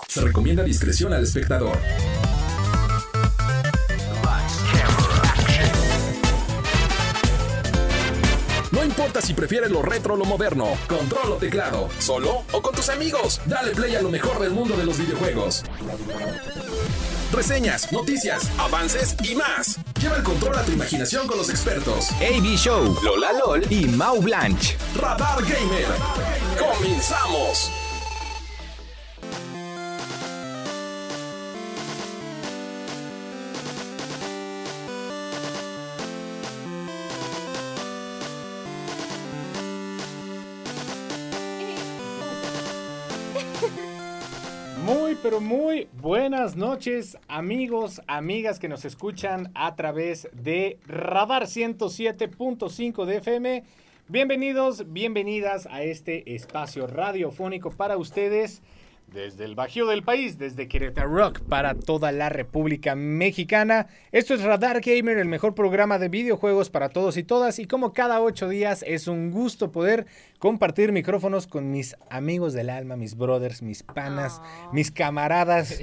Se recomienda discreción al espectador. No importa si prefieres lo retro o lo moderno, control o teclado, solo o con tus amigos, dale play a lo mejor del mundo de los videojuegos. Reseñas, noticias, avances y más. Lleva el control a tu imaginación con los expertos AB Show, Lola LOL y Mau Blanche. Radar Gamer. ¡Comenzamos! Pero muy buenas noches, amigos, amigas que nos escuchan a través de Radar 107.5 de FM. Bienvenidos, bienvenidas a este espacio radiofónico para ustedes desde el Bajío del país, desde Querétaro Rock para toda la República Mexicana. Esto es Radar Gamer, el mejor programa de videojuegos para todos y todas. Y como cada 8 días es un gusto poder compartir micrófonos con mis amigos del alma, mis brothers, mis panas, mis camaradas,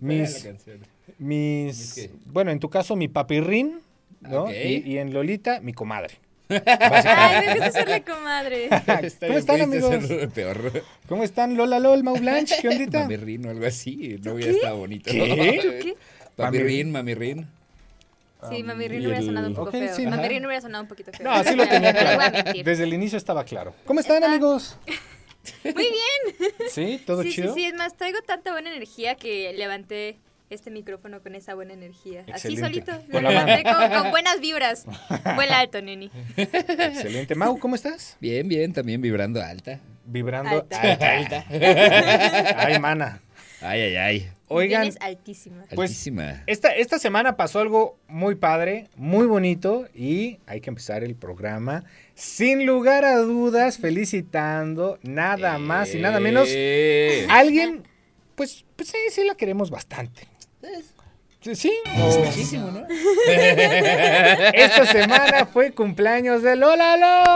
bueno, en tu caso mi papirrín, ¿no? Okay. Y en Lolita, mi comadre. Ay, me gusta serle comadre. ¿Cómo están, amigos? Peor. ¿Cómo están? Lola LOL, Mau Blanche, ¿qué ondita? Mamirrín o algo así, no hubiera estado bonito. ¿Qué? Mamirrín. Sí, Mamirrín hubiera sonado un poco feo. sí, Mamirrín hubiera sonado un poquito feo. No, así lo tenía No voy a claro. mentir. Desde el inicio estaba claro. ¿Cómo están, amigos? Muy bien. ¿Sí? ¿Todo Sí, chido? sí, es más, traigo tanta buena energía que levanté este micrófono con esa buena energía. Excelente. Así solito. Con Lo la levanté con buenas vibras. Vuela alto, neni. Excelente. Mau, ¿cómo estás? Bien, también vibrando alta. Vibrando Alta. Ay, mana. Ay. Oigan, Tienes altísima. pues Altísima. esta semana pasó algo muy padre, muy bonito y hay que empezar el programa sin lugar a dudas felicitando nada más y nada menos a alguien, pues sí la queremos bastante. Sí. Muchísimo, ¿no? Esta semana fue cumpleaños de Lola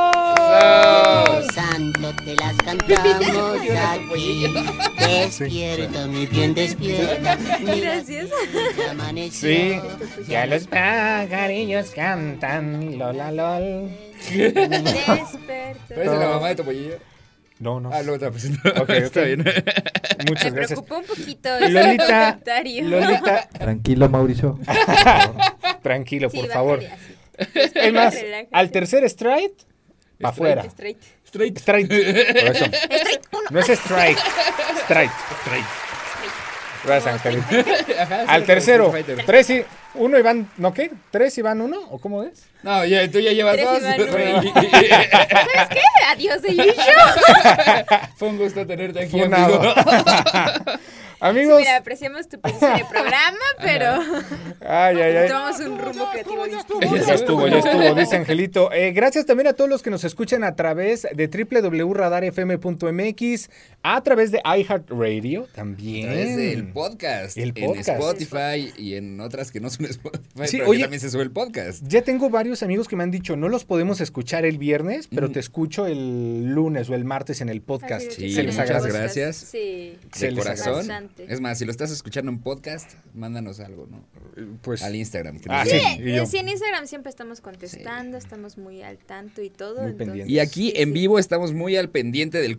LOL. Santo, te las cantamos aquí. Despierta, mi bien, despierta. Gracias. Sí, ya los pajarillos cantan Lola LOL. Desperto. ¿Parece la mamá de Topollillo? No. Ah, luego te la presento. Ok. Está bien. Muchas Me gracias. preocupó un poquito ese Lolita, comentario. Tranquilo, Mauricio. Tranquilo, Sí, por bájale favor. así. Es más, Relájate. al tercer strike, para afuera. Straight. Strike. Por eso. No es strike. Strike. Gracias, Angelito. Al tercero, 3 y 1 y van, ¿no qué? ¿3 y van 1? ¿O cómo es? No, tú ya llevas 3 y dos. van uno. ¿Sabes qué? Adiós, Elisha. Fue un gusto tenerte aquí, Funado. amigo. Amigos. Mira, apreciamos tu presencia en el programa, pero Ay. tomamos un rumbo creativo distinto. Ya estuvo, dice Angelito. Gracias también a todos los que nos escuchan a través de www.radarfm.mx, a través de iHeartRadio también. A través del podcast. El En podcast. Spotify y en otras que no son Spotify, Sí, pero oye, que también se sube el podcast. Ya tengo varios amigos que me han dicho, no los podemos escuchar el viernes, pero te escucho el lunes o el martes en el podcast. Así Sí, Se les muchas agradece. gracias. Sí. Se De les corazón. Bastante. Es más, si lo estás escuchando en podcast, mándanos algo, ¿no? Pues, Al Instagram. que Ah, nos sí. digan. y yo. Sí, en Instagram siempre estamos contestando, estamos muy al tanto y todo. Muy entonces, pendientes. Y aquí sí, en sí. vivo estamos muy al pendiente del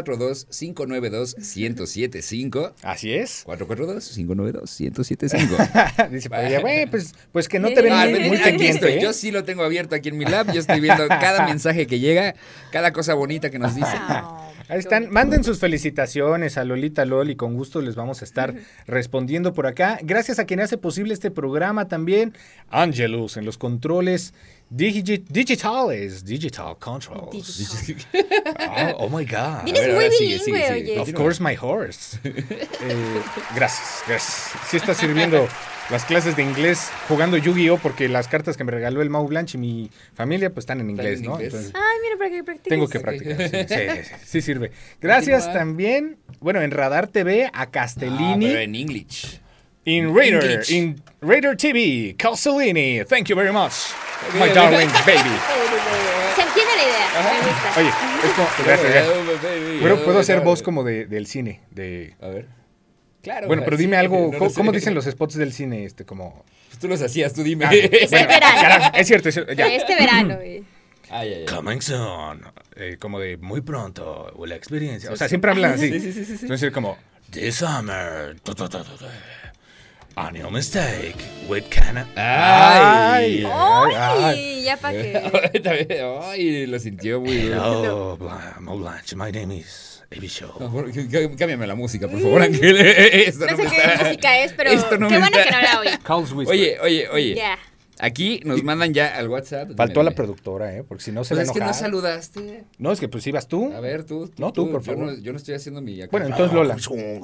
442-592-1075. Así es. 442-592-1075. Dice, güey, pues que no te ven Ah, muy aquí pendiente. estoy. Yo sí lo tengo abierto aquí en mi lab. Yo estoy viendo cada mensaje que llega, cada cosa bonita que nos dice. Ahí están, manden sus felicitaciones a Lolita LOL y con gusto les vamos a estar respondiendo por acá. Gracias a quien hace posible este programa también, Angelus en los controles digitales, Digital Controls. Oh my God. Vienes A ver, muy ahora sigue, bilingüe, sigue. oye. Of course my horse. Gracias. Sí está sirviendo las clases de inglés jugando Yu-Gi-Oh porque las cartas que me regaló el Mau Blanche y mi familia pues están en inglés, en ¿no? inglés. Entonces, Ay, mira, para que practiques. tengo que practicar. Sí sirve. Gracias Continúa. también, bueno, en Radar TV a Castellini. Pero en English. In Raider, English. in Raider TV, Castellini, thank you very much, my Ok. darling baby. Se entiende la idea. Me gusta. Oye, es como, gracias. Baby. Puedo hacer voz como del cine, de... A ver. Claro. Bueno, pero sí, dime algo, no lo ¿cómo sé. dicen los spots del cine? Como... Pues tú los hacías, tú dime. verano. Carajo, es cierto, ya. Este verano, güey. Ay, ay, ay. Coming soon. Como de muy pronto, o la experiencia. O sea, siempre hablan así. Sí. Entonces, como, this summer, on your mistake, with Cana. Ay. ¡Ay! Ya para que. Ay, lo sintió muy duro. Hello, Mo Blanche, my name is A.B. Show. Cámbiame la música, por favor, Ángel. Esto No me sé qué está- música es, pero esto no qué me bueno está- que no la oí. Carl's Whisper. Oye. Ya. Aquí nos mandan ya al WhatsApp. Faltó a la Dime. productora, porque si no se Pues va a es que no enojar. saludaste. No, es que pues ibas tú. A ver, tú. No, tú, por yo favor. yo no estoy haciendo mi... acá. Bueno, entonces Lola.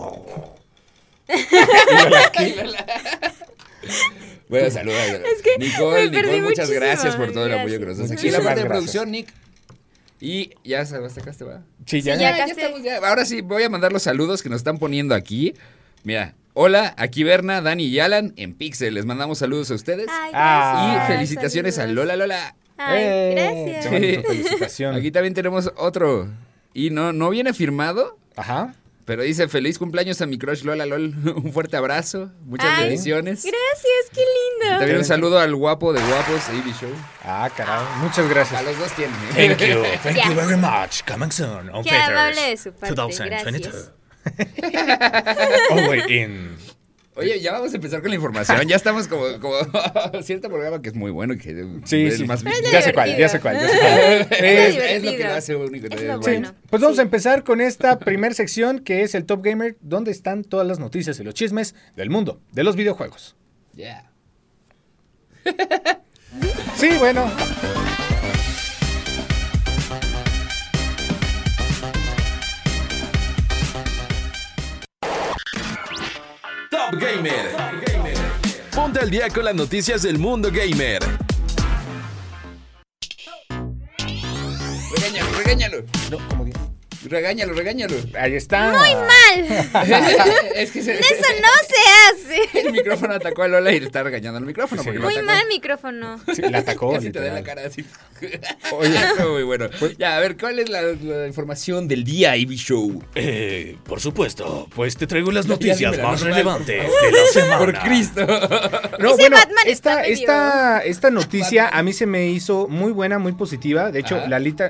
Bueno, saluda. Es que Nicole, me perdí muchas muchísimo. gracias por todo el apoyo que nos das. Aquí en la Muchísimas parte de gracias. producción, Nick. Y ya sacaste, ¿va? Sí, ya. Sí, Ya acá estamos, ya. Ahora sí, voy a mandar los saludos que nos están poniendo aquí. Mira, hola, aquí Berna, Dani y Alan en Pixel. Les mandamos saludos a ustedes. Ay, Ah. Y gracias. felicitaciones a Saludos. Lola. Ay, Qué gracias. bonito, felicitación. Aquí también tenemos otro. Y no viene firmado, Ajá. pero dice feliz cumpleaños a mi crush Lola Lol. Un fuerte abrazo, muchas Ay, bendiciones. Gracias, qué lindo. También un saludo al guapo de guapos, A.B. Show. Ah, caray. Muchas gracias. A los dos tienen. Thank you. Thank Ya. you very much. Coming soon on Qué Theaters amable de su parte, 2022. gracias. Oh, wait, in... Oye, ya vamos a empezar con la información. Ya estamos como cierto programa que es muy bueno. Que Sí, es sí. más Pero es Ya sé cuál, ya sé cuál. Ya sé cuál. es lo que divertido. lo hace único. Es lo Sí, bueno. pues vamos Sí. a empezar con esta primer sección que es el Top Gamer, donde están todas las noticias y los chismes del mundo de los videojuegos. Yeah. Sí, bueno. Top Gamer. Ponte al día con las noticias del mundo gamer. Regáñalo. No, como digo. Regáñalo. Ahí está. Muy mal. Es que Eso no se hace. el micrófono atacó a Lola y le está regañando al micrófono. Sí. Porque lo Muy atacó. mal micrófono. Sí, la atacó. Casi te da en la literal. cara así. Oye. Muy bueno. Ya, a ver, ¿cuál es la información del día, A.B. Show? Por supuesto, pues te traigo las Ya noticias dímela, más normal, relevantes por de la semana. Por Cristo. No, Ese bueno, Batman está medio- esta noticia a mí se me hizo muy buena, muy positiva. De hecho, Ajá. Lolita.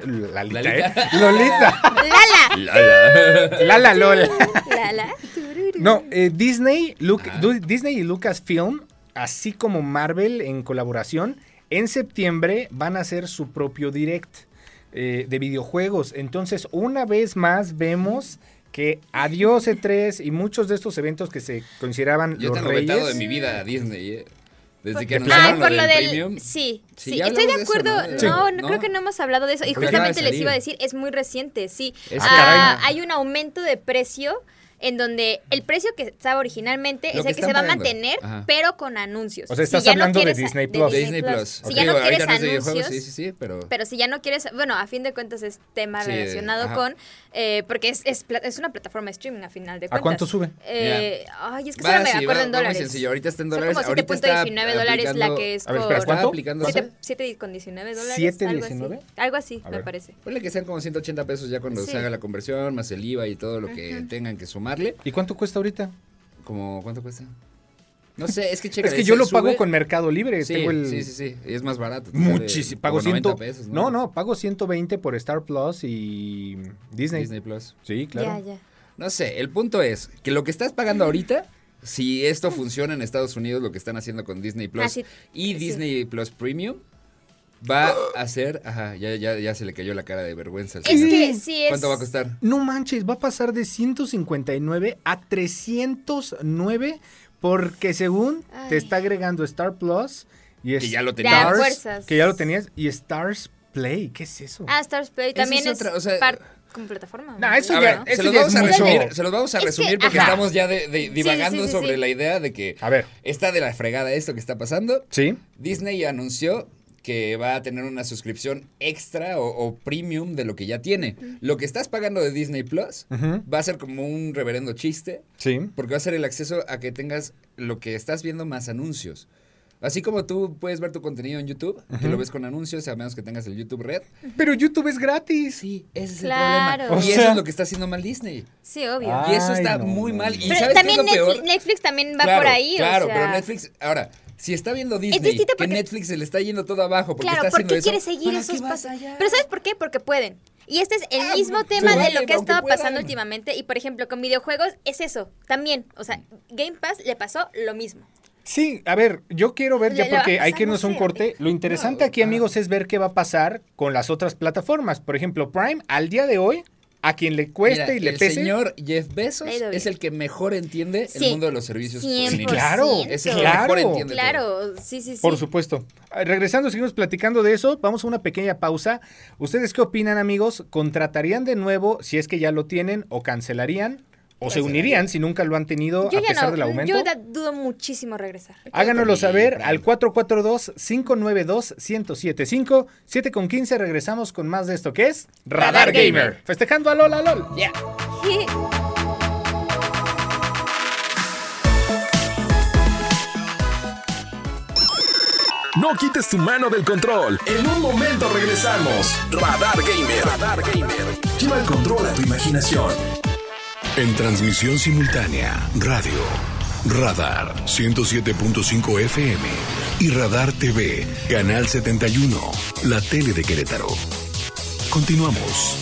Lala. Lala LOL. Lala. No, Disney Ajá. Disney y Lucasfilm, así como Marvel en colaboración, en septiembre van a hacer su propio direct de videojuegos. Entonces, una vez más vemos que adiós E3 y muchos de estos eventos que se consideraban Yo los tengo reyes. vetado de mi vida a Disney, Desde que ¿De anunciaron por lo lo del del... Premium. Sí, Sí, sí, ya estoy de hablamos de eso, acuerdo. ¿no? Sí. No, ¿No? creo que no hemos hablado de eso. Y Porque justamente acaba de les iba a salir. decir, es muy reciente, sí. Ah, caray. Hay un aumento de precio en donde el precio que estaba originalmente Lo es que el que se están va a pagando. mantener, Ajá. pero con anuncios. O sea, estás Si ya hablando de quieres Disney Plus. Disney Plus. Si Ok, ya no ahorita quieres no es de videojuegos, anuncios, sí, pero... pero si ya no quieres, bueno, a fin de cuentas es tema Sí, relacionado ajá. con, porque es una plataforma de streaming a final de ¿A cuentas. cuánto sube? Ay, es que Va, solo me sí, acuerdo va en muy dólares. sencillo. Ahorita está en Son dólares. como Ahorita está $7.19 la que es A ver, por... espera, ¿cuánto? aplicando... 7,19 dólares. ¿$7.19? Algo así, A me ver. parece. Ponle que sean como 180 pesos ya cuando Sí. se haga la conversión, más el IVA y todo lo que tengan que sumarle. ¿Y cuánto cuesta ahorita? Como, ¿cuánto cuesta? No sé, es que checa. Es que yo lo pago con Mercado Libre. Sí, tengo el... sí, y es más barato. Muchísimo. Pago como 100 90 pesos, No, pago 120 por Star Plus y Disney. Disney Plus. Sí, claro. Ya. No sé, el punto es que lo que estás pagando ahorita, si esto funciona en Estados Unidos, lo que están haciendo con Disney Plus Ah, sí. y Sí. Disney Plus Premium, va a ser... Ajá, ya se le cayó la cara de vergüenza. al Es señor. que sí es... ¿Cuánto va a costar? No manches, va a pasar de 159 a 309 porque según Ay. te está agregando Star Plus y Que ya lo Ya, tenías. fuerzas. que ya lo tenías y Stars Play, ¿qué es eso? Ah, Stars Play también es es, otra, o sea- como plataforma. No, eso A ya- ver, eso se los ya vamos es a mucho. resumir, se los vamos a Es que, resumir porque ajá. estamos ya divagando sí, sobre sí. la idea de que A ver, está de la fregada esto que está pasando. ¿sí? Disney anunció que va a tener una suscripción extra o premium de lo que ya tiene. Lo que estás pagando de Disney Plus Ujú. va a ser como un reverendo chiste, Sí. porque va a ser el acceso a que tengas lo que estás viendo más anuncios. Así como tú puedes ver tu contenido en YouTube, que lo ves con anuncios, a menos que tengas el YouTube Red. Pero YouTube es gratis. Sí, ese es Claro. el problema. O Y eso sea- es lo que está haciendo mal Disney. Sí, obvio. Ah. Y eso Ay, está no, muy no, mal. no. ¿Y Pero sabes qué es también lo peor? Netflix también va Claro, por ahí. claro, o sea, pero Netflix, ahora, si está viendo Disney, distinto que porque- Netflix se le está yendo todo abajo porque Claro, está ¿por haciendo qué eso. quiere seguir ¿para esos qué vas pasos? allá? Pero ¿sabes por qué? Porque pueden. Y este es el mismo se tema de vale, lo que ha aunque estado pasando puedan. últimamente. Y por ejemplo, con videojuegos es eso, también. O sea, Game Pass le pasó lo mismo. Sí, a ver, yo quiero ver ya Le va a porque hay pasar, que irnos a no un sé, corte. Lo interesante No, aquí, amigos, es ver qué va a pasar con las otras plataformas. Por ejemplo, Prime, al día de hoy, a quien le cueste Mira, y le el pese. señor Jeff Bezos Le ha ido bien. es el que mejor entiende Sí. el mundo de los servicios. 100%. en línea. Claro, Es el que claro. mejor entiende todo. Claro, sí. Por supuesto. Regresando, seguimos platicando de eso. Vamos a una pequeña pausa. ¿Ustedes qué opinan, amigos? ¿Contratarían de nuevo si es que ya lo tienen o cancelarían? ¿O se unirían si nunca lo han tenido Yo a ya pesar no, del aumento? yo dudo muchísimo regresar. Háganoslo saber Prime. al 442-592-1075. 7:15 regresamos con más de esto que es Radar Radar Gamer. Gamer. Festejando a LOL, a LOL. Ya. No quites tu mano del control. En un momento regresamos. Radar Gamer. Radar Gamer. Lleva el control a tu imaginación. En transmisión simultánea, radio, Radar 107.5 FM y Radar TV, Canal 71, la tele de Querétaro. Continuamos.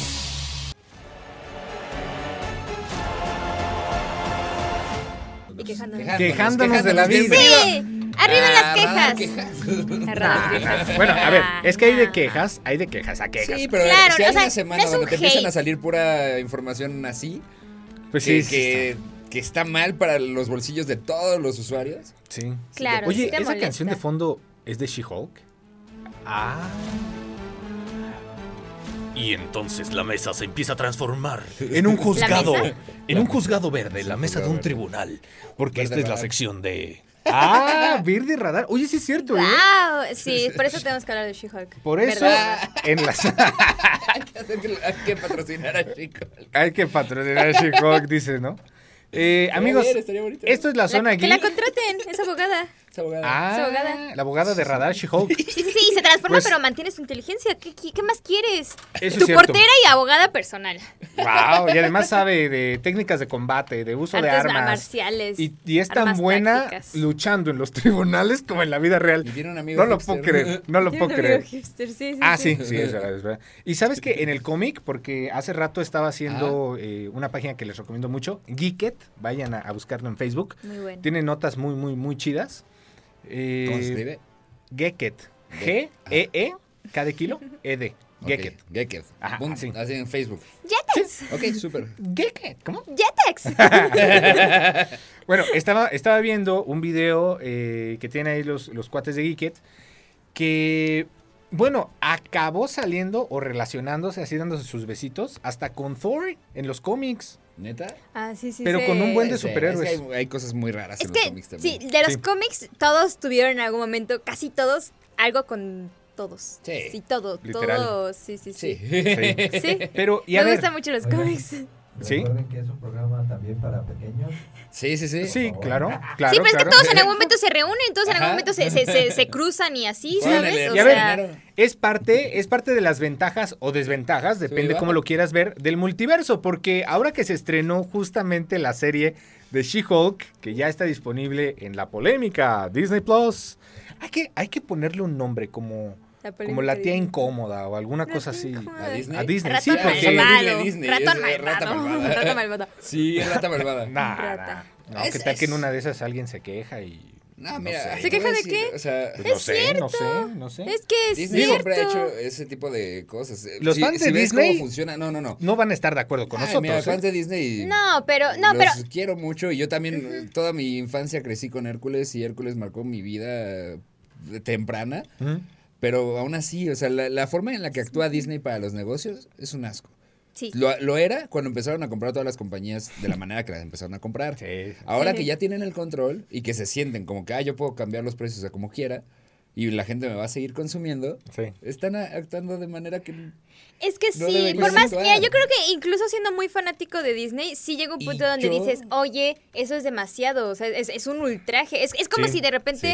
Y quejándonos. Quejándonos de la vida. ¡Sí! ¡Arriba las Radar quejas! quejas. Radar quejas. Bueno, a ver, es que hay de quejas a quejas. Sí, pero Claro, si hay o sea, una semana no es donde un te empiezan hate. a salir pura información así, Pues que, sí, que está mal para los bolsillos de todos los usuarios. sí. Claro, Oye, sí te esa molesta. canción de fondo es de She-Hulk. Ah. Y entonces la mesa se empieza a transformar En un juzgado, mesa? en un juzgado verde, la mesa de un verde. tribunal, porque Verde esta es la radar. sección de Ah, Verde Radar. Oye, sí es cierto, ¿eh? ¡Wow! Sí, por eso tenemos que hablar de She-Hulk. Por eso, ¿Verdad? en las... Hay que patrocinar a Chico. Hay que patrocinar a She-Hulk, dice, ¿no? Amigos, Estaría bonito. esto es la zona Que la geek. contraten, es abogada. Es abogada. Ah, es abogada. la abogada de Radar, She-Hulk. Sí, y se transforma, Pues- pero mantiene su inteligencia. ¿Qué más quieres? Eso Tu es cierto. portera y abogada personal. Wow, y además sabe de técnicas de combate, de uso de Artes armas. marciales. Y es tan armas buena tácticas. luchando en los tribunales como en la vida real. Y tiene un amigo No lo hipster. puedo creer, no lo Tiene puedo un amigo creer. hipster, sí, Ah, sí, es verdad, es verdad. Y sabes que en el cómic, porque hace rato estaba haciendo una página que les recomiendo mucho, Geeket, vayan a buscarlo en Facebook. Muy bueno. Tiene notas muy, muy, muy chidas. ¿Cómo se escribe? Geeket. G-E-E, K de kilo, E-D. Geeket. Ok, Geeket. Ajá, Punto. así. Así en Facebook. Jetex. Ok, súper. Geeket, ¿cómo? Jetex. Bueno, estaba viendo un video que tienen ahí los cuates de Geeket que, bueno, acabó saliendo o relacionándose, así dándose sus besitos, hasta con Thor en los cómics. ¿Neta? Ah, sí, sí. Pero sí. con un buen de Sí, superhéroes. es que hay cosas muy raras Es en los que, cómics sí, también. de los Sí. cómics, todos tuvieron en algún momento, casi todos, algo con todos. Sí. Todo, Literal. todo. Sí. Sí. Sí. Sí. Pero, y a Me ver, gustan mucho los Oigan. cómics. ¿Sí? Recuerden que es un programa también para pequeños. Sí. sí, claro, claro. Sí, pero es que claro. todos en algún momento se reúnen, todos en algún Ajá. momento se cruzan y así, Sí, ¿sabes? O y a ver, sea, es parte de las ventajas o desventajas, depende Sí, cómo baja. lo quieras ver, del multiverso, porque ahora que se estrenó justamente la serie de She-Hulk, que ya está disponible en la polémica Disney Plus, hay que ponerle un nombre como la tía incómoda o alguna cosa así. ¿A Disney? A Disney, Ratón sí, porque... malvado. Disney, Ratón es rata malvado. malvada. Ratón malvado. Sí, es rata malvada. Nah, Rata. no, ¿qué tal que en una de esas alguien se queja y... No, mira. sé. ¿Se te queja voy a de decir, qué? O sea, Pues no sé. Es que es Disney cierto. siempre ha hecho ese tipo de cosas. Los fans de ves Disney- cómo funciona, no. No van a estar de acuerdo con Ay, nosotros. mira, ¿eh? fans de Disney. No, pero Los quiero mucho y yo también toda mi infancia crecí con Hércules y Hércules marcó mi vida temprana. Ujú. Pero aún así, o sea, la forma en la que actúa Disney para los negocios es un asco. sí. Lo era cuando empezaron a comprar todas las compañías de la manera que las empezaron a comprar. Sí. Ahora Sí. que ya tienen el control y que se sienten como que, yo puedo cambiar los precios a como quiera y la gente me va a seguir consumiendo, Sí. están actuando de manera que Es que No sí, deberías por más, actuar. mira, yo creo que incluso siendo muy fanático de Disney, sí llega un Y punto donde yo- dices, oye, eso es demasiado, o sea, es un ultraje. Es como Sí, si de repente,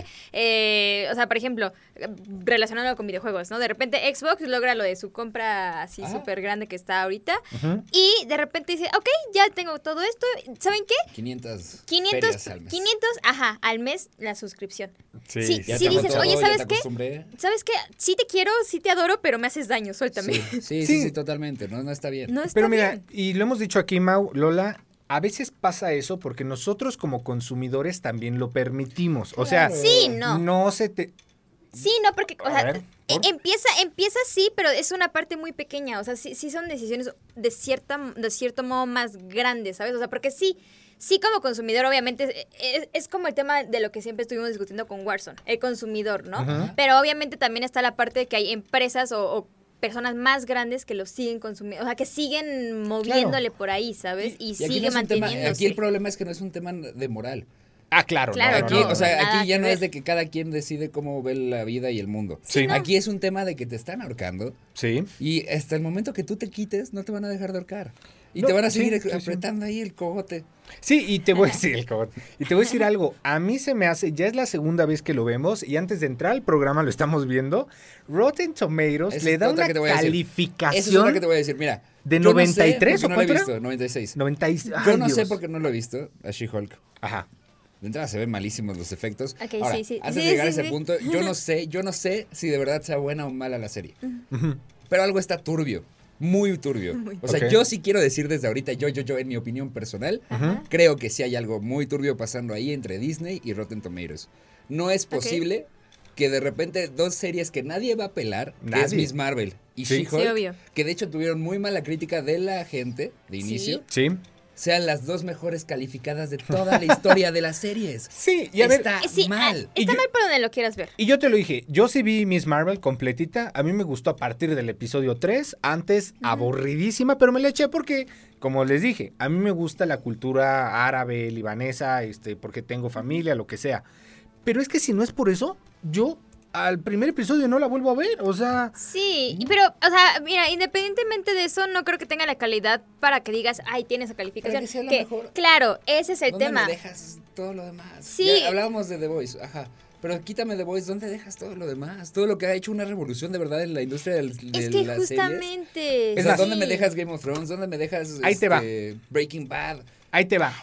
o sea, por ejemplo, relacionado con videojuegos, ¿no? De repente Xbox logra lo de su compra así súper grande que está ahorita, y de repente dice, ok, ya tengo todo esto, ¿saben qué? 500 500, ferias al mes. 500, al mes la suscripción. Sí, Sí, Ya sí te dices, agotó, oye, ya ¿sabes te qué? acostumbré. ¿Sabes qué? Sí te quiero, sí te adoro, pero me haces daño, suéltame. Sí, totalmente. No está bien. No está Pero mira, bien. y lo hemos dicho aquí, Mau, Lola, a veces pasa eso porque nosotros como consumidores también lo permitimos. O sea, Sí, no. no se te... Sí, no, porque, o A sea, ver, ¿por? empieza sí, pero es una parte muy pequeña. O sea, sí son decisiones de cierto modo más grandes, ¿sabes? O sea, porque sí como consumidor, obviamente, es como el tema de lo que siempre estuvimos discutiendo con Warzone, el consumidor, ¿no? Ujú. Pero obviamente también está la parte de que hay empresas o personas más grandes que lo siguen consumiendo, o sea, que siguen moviéndole por ahí, ¿sabes? Y Y aquí sigue no es un tema- manteniéndose. aquí el problema es que no es un tema de moral. Ah, claro. Claro, no, Aquí, no, no, o sea, nada aquí ya que no ver. es de que cada quien decide cómo ve la vida y el mundo. Sí. Aquí es un tema de que te están ahorcando Sí. y hasta el momento que tú te quites no te van a dejar de ahorcar. Y No, te van a sí, seguir sí, sí. apretando ahí el cogote. Sí, y te voy a decir y te voy a decir algo. A mí se me hace, ya es la segunda vez que lo vemos y antes de entrar al programa lo estamos viendo. Rotten Tomatoes Esa le es da otra una que te voy a decir. calificación Esa es otra que te voy a decir. Mira, de yo no sé 93 porque o no lo he cuánto visto, 96. 90 y... Yo Ay, no sé Dios. porque no lo he visto a She-Hulk. Ajá. De entrada se ven malísimos los efectos. Ok, Ahora, sí. antes Sí, de llegar sí, a ese sí. punto, yo no sé si de verdad sea buena o mala la serie. Pero algo está turbio. Muy turbio. O sea, Ok. yo sí quiero decir desde ahorita, yo, en mi opinión personal, creo que sí hay algo muy turbio pasando ahí entre Disney y Rotten Tomatoes. No es posible que de repente dos series que nadie va a pelar, que es Nadie. Miss Marvel y Sí. She-Hulk, Sí, obvio. que de hecho tuvieron muy mala crítica de la gente de inicio, Sí. sean las dos mejores calificadas de toda la historia de las series. Sí, y a ver... Está Sí, mal. Y está yo- mal por donde lo quieras ver. Y yo te lo dije, yo sí vi Miss Marvel completita, a mí me gustó a partir del episodio 3, antes aburridísima, pero me la eché porque, como les dije, a mí me gusta la cultura árabe, libanesa, porque tengo familia, lo que sea. Pero es que si no es por eso, yo al primer episodio no la vuelvo a ver, o sea... Sí, pero, o sea, mira, independientemente de eso, no creo que tenga la calidad para que digas, ay, tiene esa calificación. Para que sea la mejor. Claro, ese es el ¿Dónde tema. me dejas todo lo demás? Sí. Ya hablábamos de The Voice, ajá. Pero quítame The Voice, ¿dónde dejas todo lo demás? Todo lo que ha hecho una revolución de verdad en la industria de Es las que series. justamente. O sea, más, ¿dónde me sí. dejas Game of Thrones? ¿Dónde me dejas Ahí te va. Breaking Bad? Ahí te va.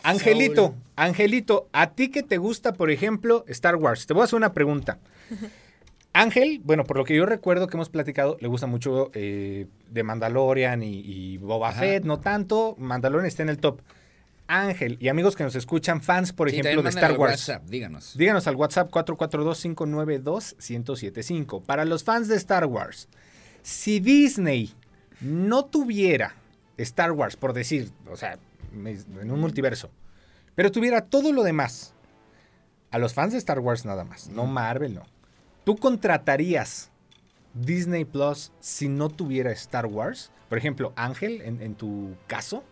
Angelito, ¿a ti que te gusta, por ejemplo, Star Wars? Te voy a hacer una pregunta. Ángel, bueno, por lo que yo recuerdo que hemos platicado, le gusta mucho de Mandalorian y Boba Ajá. Fett, no tanto. Mandalorian está en el top. Ángel y amigos que nos escuchan, fans, por Sí, ejemplo, de también Star mándenle al Wars. WhatsApp, díganos. Díganos al WhatsApp 442-592-1075. Para los fans de Star Wars, si Disney no tuviera Star Wars, por decir, o sea, en un multiverso, pero tuviera todo lo demás, a los fans de Star Wars nada más, no Marvel, no. ¿Tú contratarías Disney Plus si no tuviera Star Wars? Por ejemplo, Ángel, en tu caso.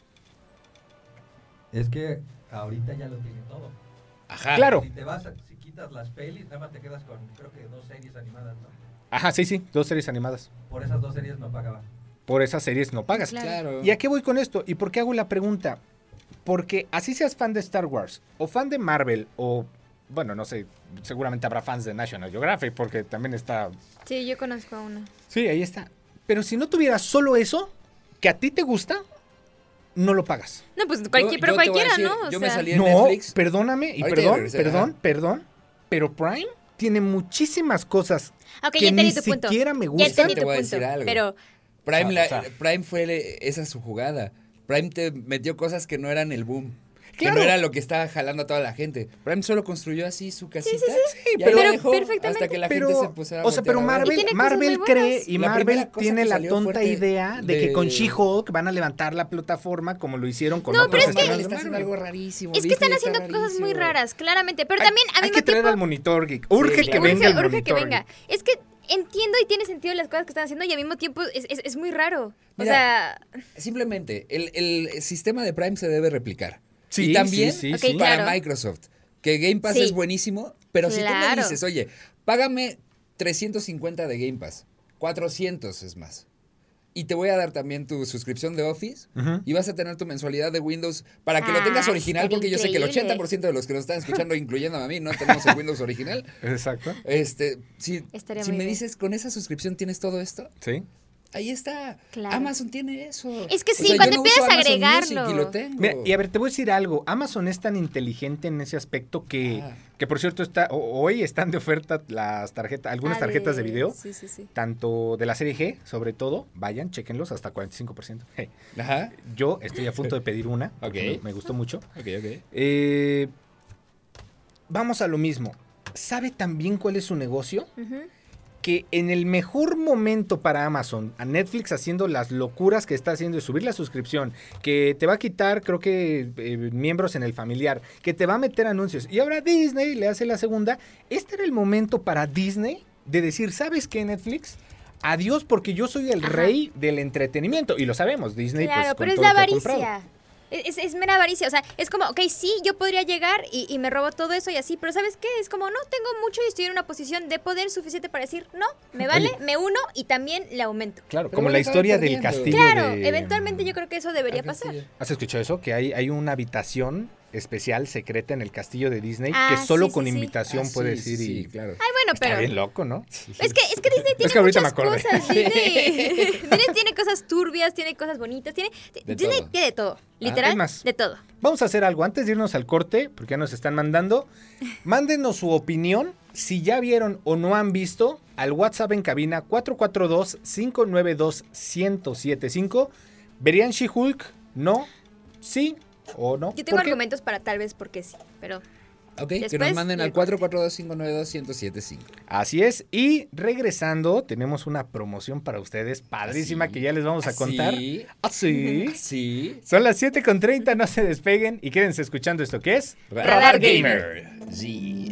Es que ahorita ya lo tiene todo. Ajá. Claro. Si quitas las pelis, nada más te quedas con, creo que 2 series animadas, ¿no? Ajá, sí, 2 series animadas. Por esas 2 series no pagaba. Por esas series no pagas. Claro. ¿Y a qué voy con esto? ¿Y por qué hago la pregunta? Porque así seas fan de Star Wars, o fan de Marvel, o, bueno, no sé, seguramente habrá fans de National Geographic, porque también está... Sí, yo conozco a una. Sí, ahí está. Pero si no tuvieras solo eso, que a ti te gusta, no lo pagas. No, pues Yo pero te voy a cualquiera, decir, ¿no? O yo me sea, salí en No, Netflix. perdóname, y Ahorita ya regresé, perdón, pero Prime tiene muchísimas cosas ok, que ya entendí ni tu punto. siquiera me Ya gustan. entendí Te tu voy a punto. decir algo. Pero, Prime fue esa es su jugada. Prime te metió cosas que no eran el boom. Claro. Que no era lo que estaba jalando a toda la gente. Prime solo construyó así su casita. sí, y ahí pero- la dejó perfectamente. hasta que la Pero, gente se pusiera a o sea, pero voltear a ver. Y tiene Marvel, cosas muy Marvel buenas. cree y La Marvel primera cosa tiene que la salió tonta fuerte idea de que de- con She-Hulk van a levantar la plataforma como lo hicieron con No, otros pero es que- estrenos Marvel de está haciendo Marvel. algo rarísimo. es que Disney están está haciendo cosas muy rarísimo. raras, claramente. Pero también al Hay mismo que traer tiempo... al Monitor Geek. Urge Sí, que claro. venga el Urge que Monitor venga. Geek. Es que entiendo y tiene sentido las cosas que están haciendo y al mismo tiempo es muy raro. Mira, o sea, Simplemente, el sistema de Prime se debe replicar. Sí, y también sí, Ok, sí. para claro. Microsoft. Que Game Pass Sí. es buenísimo, pero si tú me Claro. dices, oye, págame 350 de Game Pass, 400 es más. y te voy a dar también tu suscripción de Office y vas a tener tu mensualidad de Windows para que lo tengas original, porque yo sé que el 80% de los que nos están escuchando, incluyéndome a mí, no tenemos el Windows original. Exacto. Si me dices, con esa suscripción tienes todo esto. Sí. Ahí está. Claro. Amazon tiene eso. Es que sí, cuando empiezas a agregarlo. Y lo tengo. Mira, y a ver, te voy a decir algo. Amazon es tan inteligente en ese aspecto que por cierto, hoy están de oferta las tarjetas, algunas tarjetas de video. Sí. Tanto de la serie G, sobre todo. Vayan, chéquenlos, hasta 45%. Hey. Ajá. Yo estoy a punto de pedir una. Ok. Me gustó mucho. Ok. Vamos a lo mismo. ¿Sabe también cuál es su negocio? Que en el mejor momento para Amazon, a Netflix haciendo las locuras que está haciendo de subir la suscripción, que te va a quitar, creo que, miembros en el familiar, que te va a meter anuncios, y ahora Disney le hace la segunda, este era el momento para Disney de decir, ¿sabes qué, Netflix? Adiós, porque yo soy el rey del entretenimiento, y lo sabemos, Disney. Claro, pues, pero es todo la lo que ha avaricia. comprado. Es mera avaricia, o sea, es como, ok, sí, yo podría llegar y me robo todo eso y así, pero ¿sabes qué? Es como, no tengo mucho y estoy en una posición de poder suficiente para decir, no, me vale, me uno y también le aumento. Claro, Pero como la historia del castillo. Claro, de... eventualmente yo creo que eso debería pasar. ¿Has escuchado eso? Que hay una habitación especial, secreta en el castillo de Disney, que solo con invitación puedes ir y... claro. Ay, bueno, pero... Está bien loco, ¿no? Es que Disney tiene ahorita muchas me acordé. cosas. Disney tiene cosas turbias, tiene cosas bonitas, Disney tiene de todo, literal, es más, de todo. Vamos a hacer algo, antes de irnos al corte, porque ya nos están mandando, mándenos su opinión, si ya vieron o no han visto, al WhatsApp en cabina 442-592-1075. ¿Verían She-Hulk? ¿No? ¿Sí o no? Yo tengo ¿Por qué? argumentos para tal vez porque sí, pero... Ok, Después, que nos manden al 442-592-1075. Así es, y regresando, tenemos una promoción para ustedes, padrísima, que ya les vamos a contar. ¿Sí? Sí. Son las 7:30, no se despeguen y quédense escuchando esto que es Radar Gamer. Sí.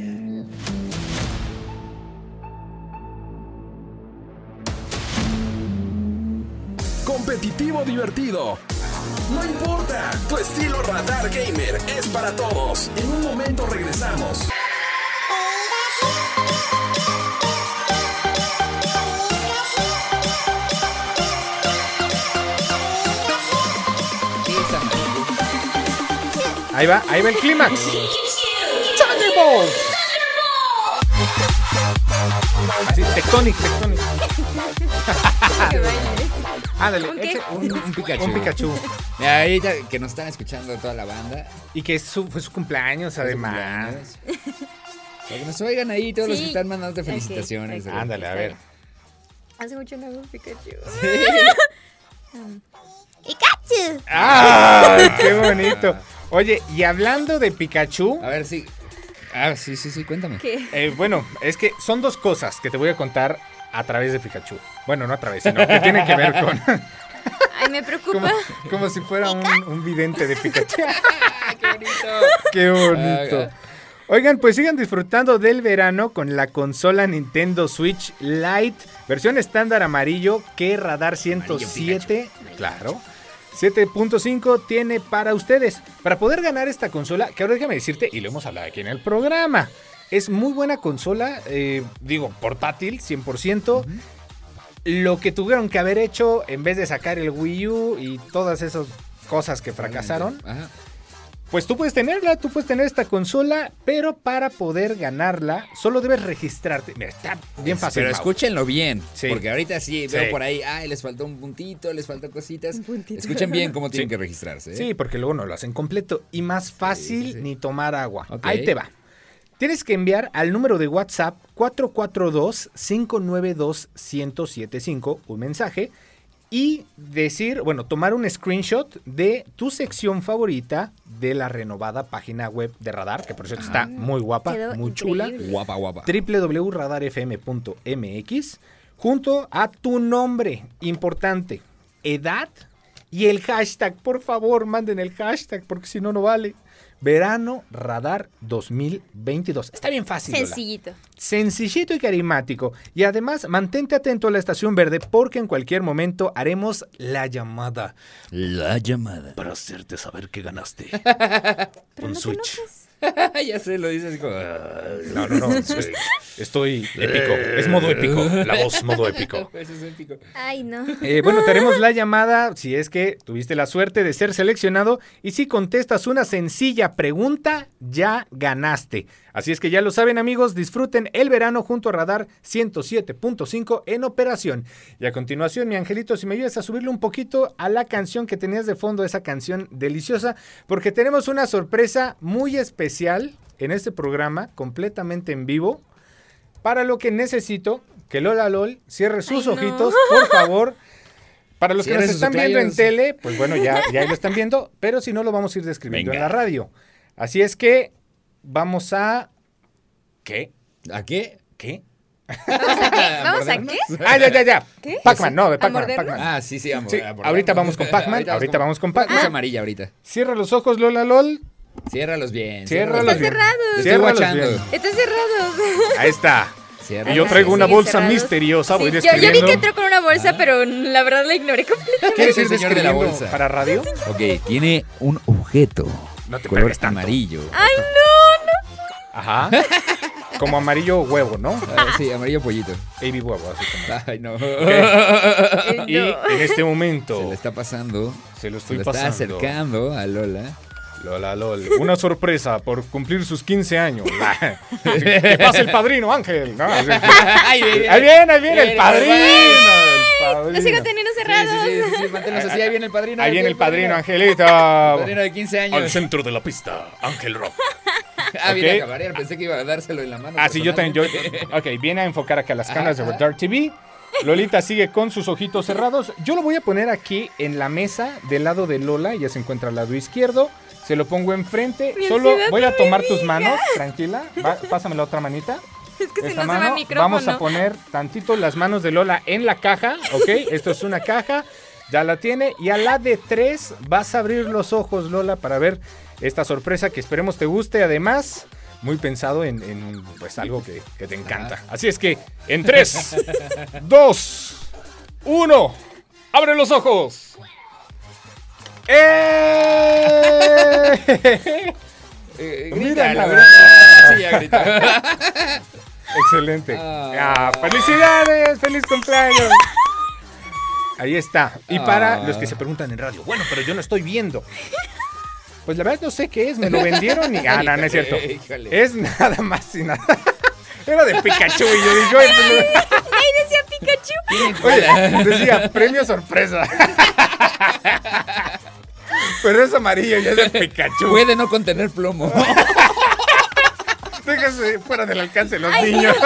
Competitivo divertido. No importa, tu estilo Radar Gamer es para todos. En un momento regresamos. Ahí va el clímax. Thunderbolt. Así, Tectonic. Ándale, un Pikachu. Un Pikachu. Mira, ahorita que nos están escuchando toda la banda. Y que fue su cumpleaños, además. Para que nos oigan ahí todos los que están mandando felicitaciones. Okay. Ándale, a ver. Hace mucho no veo un Pikachu. ¡Pikachu! ¡Ah! ¡Qué bonito! Oye, y hablando de Pikachu... A ver, sí. Sí, cuéntame. ¿Qué? Bueno, es que son dos cosas que te voy a contar a través de Pikachu. Bueno, no a través, sino que tienen que ver con... Ay, me preocupa. Como si fuera un vidente de Pikachu. ¡Qué bonito! ¡Qué bonito! Oigan, pues sigan disfrutando del verano con la consola Nintendo Switch Lite, versión estándar amarillo que Radar 107, claro, 7.5 tiene para ustedes. Para poder ganar esta consola, que ahora déjame decirte, y lo hemos hablado aquí en el programa, es muy buena consola, portátil, 100%. Lo que tuvieron que haber hecho, en vez de sacar el Wii U y todas esas cosas que fracasaron, pues tú puedes tener esta consola, pero para poder ganarla, solo debes registrarte. Mira, está bien fácil. Pero escúchenlo bien, sí, porque ahorita veo por ahí, les faltó un puntito, les faltó cositas. Escuchen bien cómo tienen que registrarse. Sí, porque luego no lo hacen completo. Y más fácil ni tomar agua. Okay. Ahí te va. Tienes que enviar al número de WhatsApp 442-592-1075 un mensaje y tomar un screenshot de tu sección favorita de la renovada página web de Radar, que por cierto está muy guapa, muy chula. Guapa. www.radarfm.mx, junto a tu nombre, importante, edad y el hashtag. Por favor, manden el hashtag, porque si no, no vale. Verano Radar 2022. Está bien fácil. Sencillito. Lola. Sencillito y carismático. Y además, mantente atento a la estación verde porque en cualquier momento haremos la llamada. La llamada. Para hacerte saber que ganaste. Pero un no Switch. Ya sé, lo dices como... No. Estoy épico. Es modo épico. La voz modo épico. Eso es épico. Ay, no. Bueno, tenemos la llamada. Si es que tuviste la suerte de ser seleccionado y si contestas una sencilla pregunta, ya ganaste. Así es que ya lo saben, amigos, disfruten el verano junto a Radar 107.5 en operación. Y a continuación, mi angelito, si me ayudas a subirle un poquito a la canción que tenías de fondo, esa canción deliciosa, porque tenemos una sorpresa muy especial en este programa, completamente en vivo, para lo que necesito que Lola LOL cierre sus ojitos, por favor. Para los que nos están viendo en tele, pues bueno, ya lo están viendo, pero si no, lo vamos a ir describiendo en la radio. Así es que vamos a... ¿Qué? ¿A qué? ¿Qué? ¿Vamos a qué? Ya. ¿Qué? Pac-Man, no, de Pac-Man. Ah, sí, vamos. Sí, ahorita vamos con Pac-Man. Ahorita vamos con Pac-Man. Es amarilla ahorita. Cierra los ojos, Lola LOL. Ciérralos bien. Están cerrados. Estoy guachando. Están cerrados. Ahí está. Ciérralos. Y yo traigo una bolsa cerrados. misteriosa. Voy Sí, describiendo. yo vi que entró con una bolsa, pero la verdad la ignoré completamente. ¿Quieres ir el señor de la describiendo bolsa? para radio? Ok, tiene un objeto. No te color pegues tanto. amarillo. Ay, no. Ajá. Como amarillo huevo, ¿no? Sí, amarillo pollito. Baby huevo, así como. Ay, no. Y en este momento Se le está pasando. se lo estoy Se lo está pasando. acercando a Lola. Lola LOL. Una sorpresa por cumplir sus 15 años. Que pase el padrino, Ángel. ¿No? Ahí Ahí viene el padrino. Los sigo teniendo cerrados. Sí, manténlos así. Ahí viene el padrino. Ahí viene el padrino, Angelito. Padrino de 15 años. Al centro de la pista, Ángel Rock. Viene Ok. a cabarear. Pensé que iba a dárselo en la mano. Ah, sí, yo también. Ok, viene a enfocar acá las cámaras de Radar TV. Lolita sigue con sus ojitos cerrados. Yo lo voy a poner aquí en la mesa del lado de Lola. Ella se encuentra al lado izquierdo. Se lo pongo enfrente. Mi Solo ansiedad voy a no tomar me tus digas. manos. Tranquila. Pásame la otra manita. Es que si Esta no se va mano. el micrófono. Vamos a poner tantito las manos de Lola en la caja. Ok, esto es una caja. Ya la tiene. Y a la de 3 vas a abrir los ojos, Lola, para ver esta sorpresa que esperemos te guste. Además, muy pensado en pues algo que te encanta. Así es que en 3, 2, 1, abre los ojos. Mira, la verdad. Sí, ya grita. Excelente. ¡Felicidades! ¡Feliz cumpleaños! Ahí está. Y para los que se preguntan en radio, bueno, pero yo no estoy viendo. Pues la verdad no sé qué es, me lo vendieron y... no es cierto. Híjole. Es nada más y nada. Era de Pikachu y yo digo... Ahí decía Pikachu. Oye, decía, premio sorpresa. Pero es amarillo y es de Pikachu. Puede no contener plomo. Déjese fuera del alcance de los niños.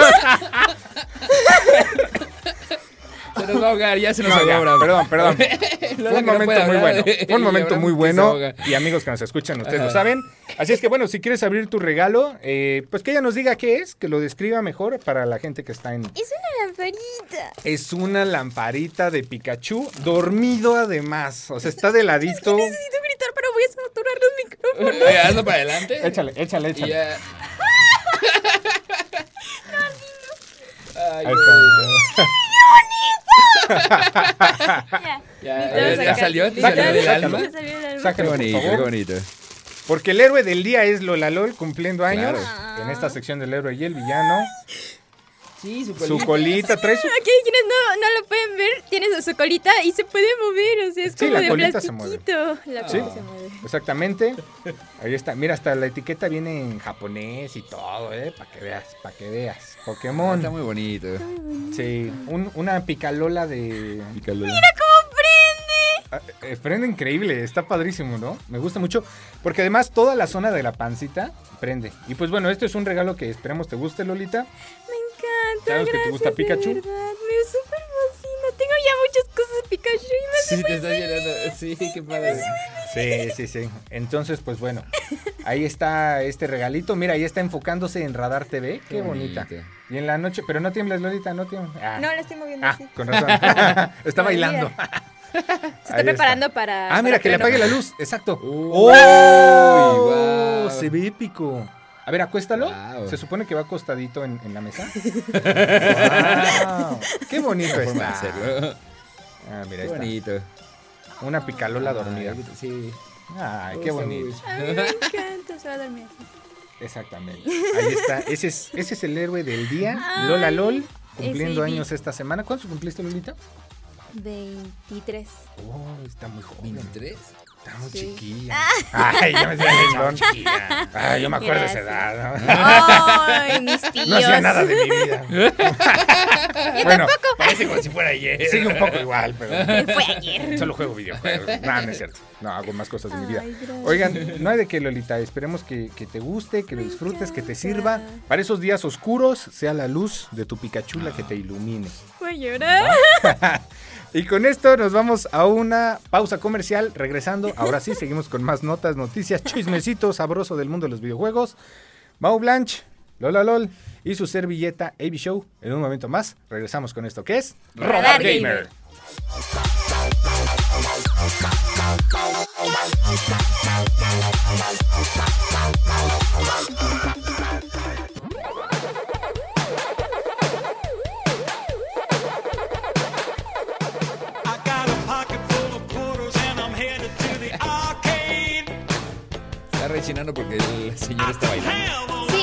Se nos va a ahogar, ya se nos No, ya, ahogó. perdón. Lola, Fue un que no momento puede muy hablar. bueno. Fue un Y momento ahora muy se bueno. ahoga. Y amigos que nos escuchan, ustedes lo saben. Así es que bueno, si quieres abrir tu regalo, pues que ella nos diga qué es, que lo describa mejor para la gente que está en... Es una lamparita. Es una lamparita de Pikachu, dormido además. O sea, está de ladito. Necesito gritar, pero voy a saturar los micrófonos. Hazlo para adelante. Échale. Y ya. Ay, Ahí está. Ya salió, te Sácalo, salió del sácalo. alma. Me salió el alma. Qué Sácalo, por bonito, favor. qué bonito. Porque el héroe del día es Lola LOL cumpliendo años. Claro. En esta sección del héroe y el villano. Sí, Su colita trae su... Aquí quienes no lo pueden ver, tiene su colita y se puede mover, o sea, es Sí, como la de colita se mueve. plastiquito. La Sí, colita se mueve. exactamente. Ahí está. Mira, hasta la etiqueta viene en japonés y todo, para que veas. Pokémon. Está muy bonito. Sí, una picalola de... ¡Mira cómo prende! Prende increíble, está padrísimo, ¿no? Me gusta mucho, porque además toda la zona de la pancita prende. Y pues bueno, esto es un regalo que esperemos te guste, Lolita. Me encanta. ¿Sabes que te gusta gracias, Pikachu? de verdad, me súper fascina. Tengo ya muchas cosas de Pikachu y me hace Sí, te muy está llenando. Sí, qué padre. Sí. Entonces, pues bueno, ahí está este regalito. Mira, ahí está enfocándose en Radar TV. Qué bonita. Y en la noche, pero no tiemblas, Lolita, no tiemblas. No, la estoy moviendo así. Con razón. Está bailando. Se está preparando para... Mira, para que le freno. apague la luz. Exacto. Uy, ¡Oh! guau. Se ve épico. A ver, acuéstalo. Wow. Se supone que va acostadito en la mesa. ¡Wow! ¡Qué bonito Qué forma de está! hacerlo. Mira, Qué ahí está. bonito. Una picalola dormida. Sí. Ay, qué bonito. A mí me encanta, se va a dormir así. Exactamente. Ahí está. Ese es el héroe del día. Lola LOL, cumpliendo años esta semana. ¿Cuántos cumpliste, Lolita? 23. Oh, está muy joven. ¿23? Está muy chiquilla. Ay, yo me decía chiquilla. Ay, yo me acuerdo de esa edad, ¿no? Ay, mis tíos. No hacía nada de mi vida. Bueno, Parece como si fuera ayer. sigue un poco igual, pero Fue ayer. solo juego videojuegos. No, no es cierto. No, hago más cosas de mi vida. Ay, gracias. Oigan, no hay de qué, Lolita. Esperemos que te guste, que lo disfrutes, que te sirva. Para esos días oscuros, sea la luz de tu Pikachu la que te ilumine. Voy a llorar. Y con esto nos vamos a una pausa comercial. Regresando, ahora sí, seguimos con más notas, noticias, chismecito sabroso del mundo de los videojuegos. Mau Blanche, Lola LOL y su servilleta AB Show. En un momento más, regresamos con esto que es Radar Gamer. Está rechinando porque el señor está bailando. Sí.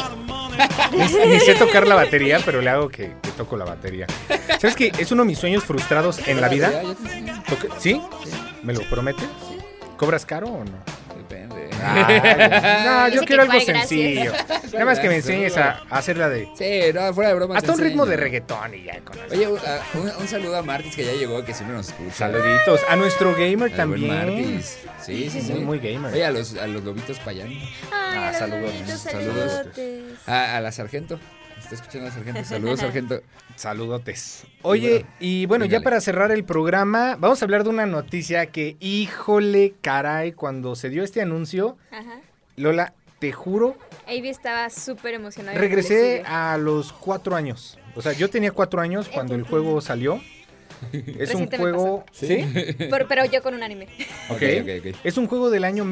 Ni sé tocar la batería, pero le hago que toco la batería. ¿Sabes qué? Es uno de mis sueños frustrados en la vida. ¿Sí? ¿Me lo prometes? ¿Cobras caro o no? Depende. No, yo Dice quiero que algo cuál, gracias. sencillo. Nada más que me enseñes a hacerla de... Sí, no, fuera de broma. Hasta te un ritmo enseño. de reggaetón y ya con eso. Oye, un saludo a Martis que ya llegó, que siempre nos escucha. Saluditos. A nuestro gamer Al buen también. Martis. Sí, sí, sí. Muy gamer. Oye, a los lobitos payán. Ay, saludos, saludos. saludotes. A la sargento. Está escuchando a la sargento. Saludos, sargento. Saludotes. Oye, y bueno, ya para cerrar el programa, vamos a hablar de una noticia que, híjole, caray, cuando se dio este anuncio, Ajá. Lola, te juro, Avi estaba súper emocionada. regresé a los 4 años. O sea, yo tenía 4 años cuando el juego salió. Es un Reciente me juego... ¿Sí? Pero yo con un anime. Ok. Ok. Es un juego del año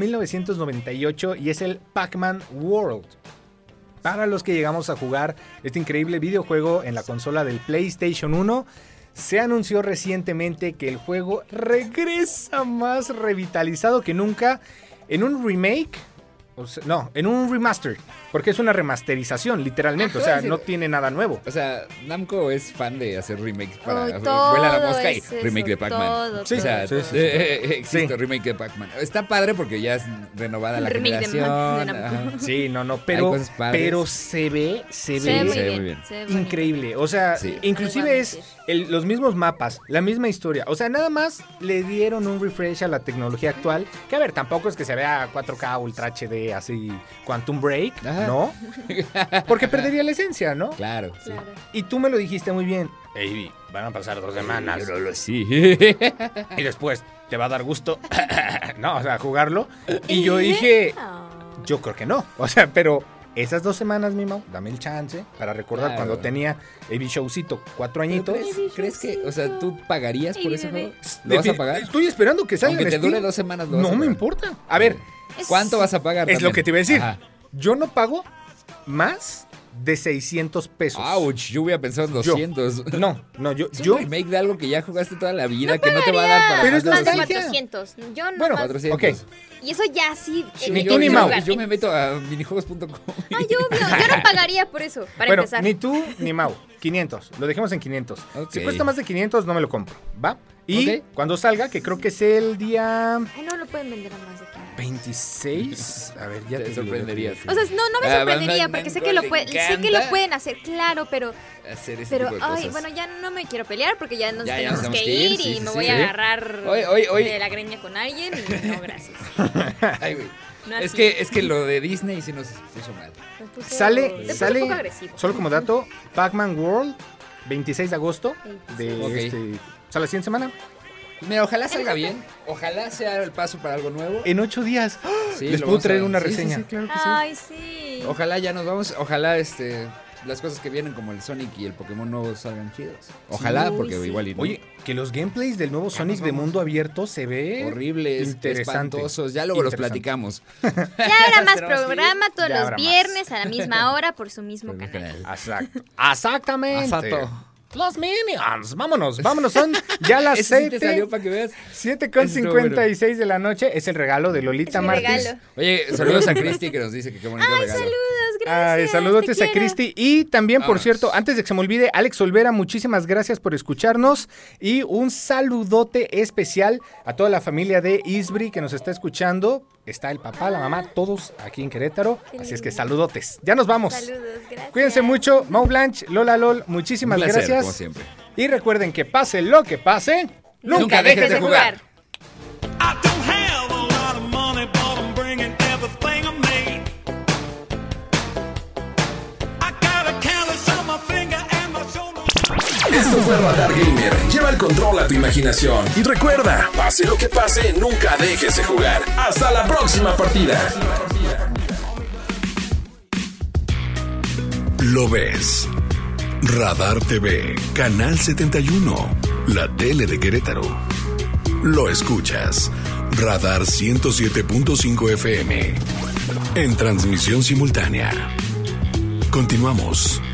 1998 y es el Pac-Man World. Para los que llegamos a jugar este increíble videojuego en la consola del PlayStation 1, se anunció recientemente que el juego regresa más revitalizado que nunca en un remake. O sea, no, en un remaster, porque es una remasterización, literalmente, o sea, no tiene nada nuevo. O sea, Namco es fan de hacer remakes para Ay, Vuela la Mosca y todo es remake de eso, Pac-Man. todo, Sí, O sea, sí, sí. existe Sí. remake de Pac-Man. Está padre porque ya es renovada la Remake de generación. Namco. ajá. Sí, no, Hay pero, cosas padres. pero se ve Se ve muy se ve bien. muy bien. se ve bonito. increíble. O sea, Sí. inclusive No voy a es los mismos mapas, la misma historia. O sea, nada más le dieron un refresh a la tecnología actual. Que a ver, tampoco es que se vea 4K Ultra HD, así Quantum Break, Ajá. ¿no? Porque perdería la esencia, ¿no? Claro. Sí. Claro. Y tú me lo dijiste muy bien. Ey, van a pasar 2 semanas. Sí. Y después te va a dar gusto, no, o sea, jugarlo. Y yo dije, yo creo que no. O sea, pero esas 2 semanas, mi Mau, dame el chance para recordar Claro. cuando tenía AB Showcito 4 añitos. ¿Crees que, o sea, tú pagarías por Ey, ese bebé. juego? ¿Lo vas a pagar? Estoy esperando que salga Aunque te en Steam. dure 2 semanas, lo vas a No me pagar. importa. A ver, ¿Cuánto vas a pagar? es lo también? que te iba a decir. Ajá. Yo no pago más de 600 pesos. Ouch, yo hubiera pensado en Yo. 200. No, Es un yo. remake de algo que ya jugaste toda la vida, que no te va a dar para Pero es más de nostalgia. 400. Yo no Bueno, más. 400. Ok. Y eso ya sí. Ni tú ni Mau. Yo me meto a minijuegos.com. Ay, obvio. Yo no pagaría por eso, para Bueno, empezar. ni tú ni Mau. 500. Lo dejemos en 500. Ok. Si cuesta más de 500, no me lo compro. ¿Va? Y Ok. cuando salga, que creo que es el día Ay, no lo pueden vender a más de 500. 26. A ver, ya Te digo, sorprenderías. ya te O digo. sea, no me Ah, sorprendería Van porque sé Namco que lo le sé que encanta. lo pueden hacer, claro, pero Hacer ese tipo de ay, cosas. bueno, ya no me quiero pelear porque ya nos Ya tenemos nos que tenemos que ir, ir sí, y sí, me sí. voy a agarrar Hoy. de la greña con alguien y no, gracias. Ay, güey. No Es así. que lo de Disney sí nos puso mal. Me puso- Sale, me puso sale, un poco agresivo. solo como dato, Pac-Man World, 26 de agosto de Ok. o sea, la siguiente semana. Mira, ojalá salga bien. Ojalá sea el paso para algo nuevo. En 8 días. Sí, Les lo puedo vamos a- traer una sí, sí, reseña. sí, claro que sí. Ay, sí. Ojalá ya nos vamos. Ojalá las cosas que vienen como el Sonic y el Pokémon nuevos salgan chidos. Ojalá, Uy, porque sí. igual y no. Oye, que los gameplays del nuevo Sonic de mundo abierto se ve horribles, interesante. espantosos. Ya luego los Interesante. platicamos. Ya habrá más Tenemos que ir. programa todos Ya los habrá más. viernes a la misma hora por su mismo Por mi canal. canal. Exacto. Exactamente. Exacto. Los Minions. Vámonos. Son ya las Ese sí te 7. salió para que veas. 7:56 de la noche. Es el regalo de Lolita Es mi Martins. regalo. Oye, saludos a Cristi que nos dice que qué bonito regalo. Saludos, gracias. Saludotes a Cristi. Y también, por cierto, antes de que se me olvide, Alex Olvera, muchísimas gracias por escucharnos. Y un saludote especial a toda la familia de Isbri que nos está escuchando. Está el papá, la mamá, todos aquí en Querétaro. Así es que saludotes. Ya nos vamos. Saludos, gracias. Cuídense mucho. Mau Blanch, Lola Lol, muchísimas Un placer, gracias. como siempre. Y recuerden que pase lo que pase, nunca dejes de jugar. Esto fue Radar Gamer. Lleva el control a tu imaginación. Y recuerda, pase lo que pase, nunca dejes de jugar. Hasta la próxima partida. Lo ves. Radar TV, Canal 71, la tele de Querétaro. Lo escuchas. Radar 107.5 FM. En transmisión simultánea. Continuamos.